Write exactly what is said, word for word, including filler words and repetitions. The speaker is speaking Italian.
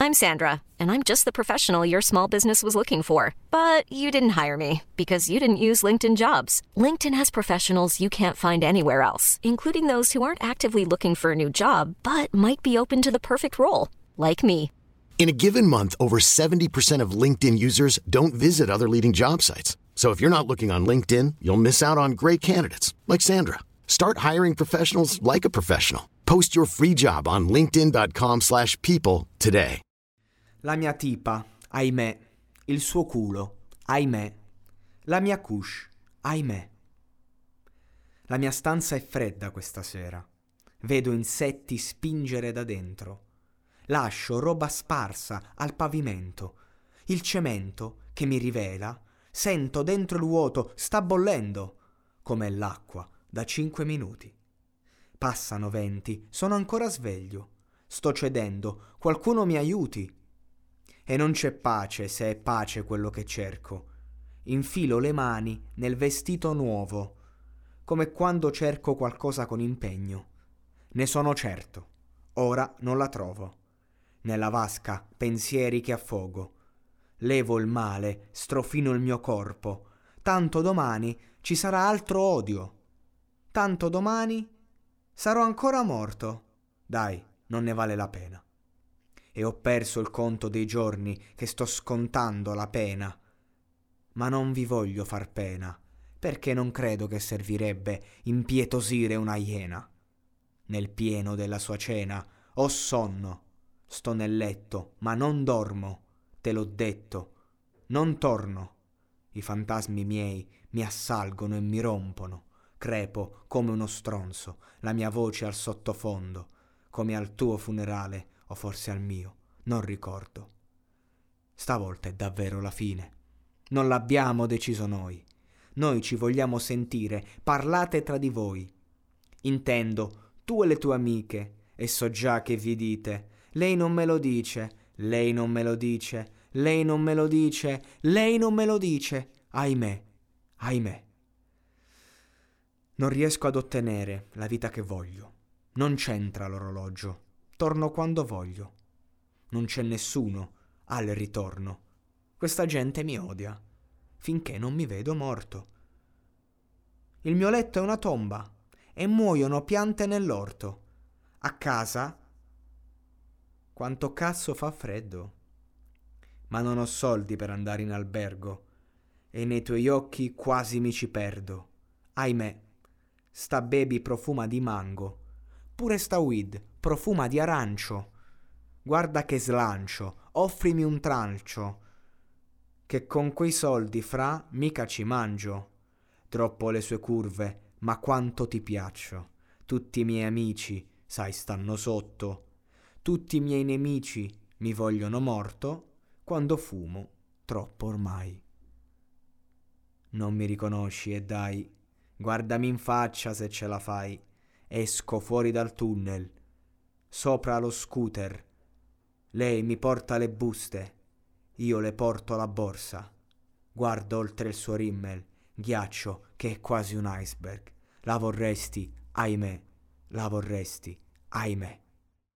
I'm Sandra, and I'm just the professional your small business was looking for. But you didn't hire me because you didn't use LinkedIn Jobs. LinkedIn has professionals you can't find anywhere else, including those who aren't actively looking for a new job, but might be open to the perfect role, like me. In a given month, over seventy percent of LinkedIn users don't visit other leading job sites. So if you're not looking on LinkedIn, you'll miss out on great candidates, like Sandra. Start hiring professionals like a professional. Post your free job on linkedin.com slash people today. La mia tipa, ahimè. Il suo culo, ahimè. La mia couche, ahimè. La mia stanza è fredda questa sera. Vedo insetti spingere da dentro. Lascio roba sparsa al pavimento. Il cemento che mi rivela, sento dentro il vuoto, sta bollendo, come l'acqua da cinque minuti. Passano venti, sono ancora sveglio. Sto cedendo, qualcuno mi aiuti. E non c'è pace se è pace quello che cerco. Infilo le mani nel vestito nuovo, come quando cerco qualcosa con impegno. Ne sono certo, ora non la trovo. Nella vasca pensieri che affogo. Levo il male, strofino il mio corpo. Tanto domani ci sarà altro odio. Tanto domani sarò ancora morto. Dai, non ne vale la pena. E ho perso il conto dei giorni che sto scontando la pena. Ma non vi voglio far pena, perché non credo che servirebbe impietosire una iena. Nel pieno della sua cena ho sonno, sto nel letto, ma non dormo, te l'ho detto, non torno. I fantasmi miei mi assalgono e mi rompono, crepo come uno stronzo, la mia voce al sottofondo, come al tuo funerale o forse al mio, non ricordo. Stavolta è davvero la fine. Non l'abbiamo deciso noi. Noi ci vogliamo sentire, parlate tra di voi. Intendo, tu e le tue amiche, e so già che vi dite. Lei non me lo dice, lei non me lo dice, lei non me lo dice, lei non me lo dice. Ahimè, ahimè. Non riesco ad ottenere la vita che voglio. Non c'entra l'orologio. Torno quando voglio. Non c'è nessuno al ritorno. Questa gente mi odia, finché non mi vedo morto. Il mio letto è una tomba e muoiono piante nell'orto. A casa, quanto cazzo fa freddo. Ma non ho soldi per andare in albergo e nei tuoi occhi quasi mi ci perdo. Ahimè, sta baby profuma di mango, pure sta weed profuma di arancio. Guarda che slancio, offrimi un trancio, che con quei soldi fra mica ci mangio. Troppo le sue curve, ma quanto ti piaccio. Tutti i miei amici, sai, stanno sotto. Tutti i miei nemici mi vogliono morto, quando fumo troppo ormai. Non mi riconosci e dai, guardami in faccia se ce la fai. Esco fuori dal tunnel, sopra lo scooter. Lei mi porta le buste, io le porto la borsa. Guardo oltre il suo rimmel, ghiaccio che è quasi un iceberg. La vorresti, ahimè, la vorresti, ahimè.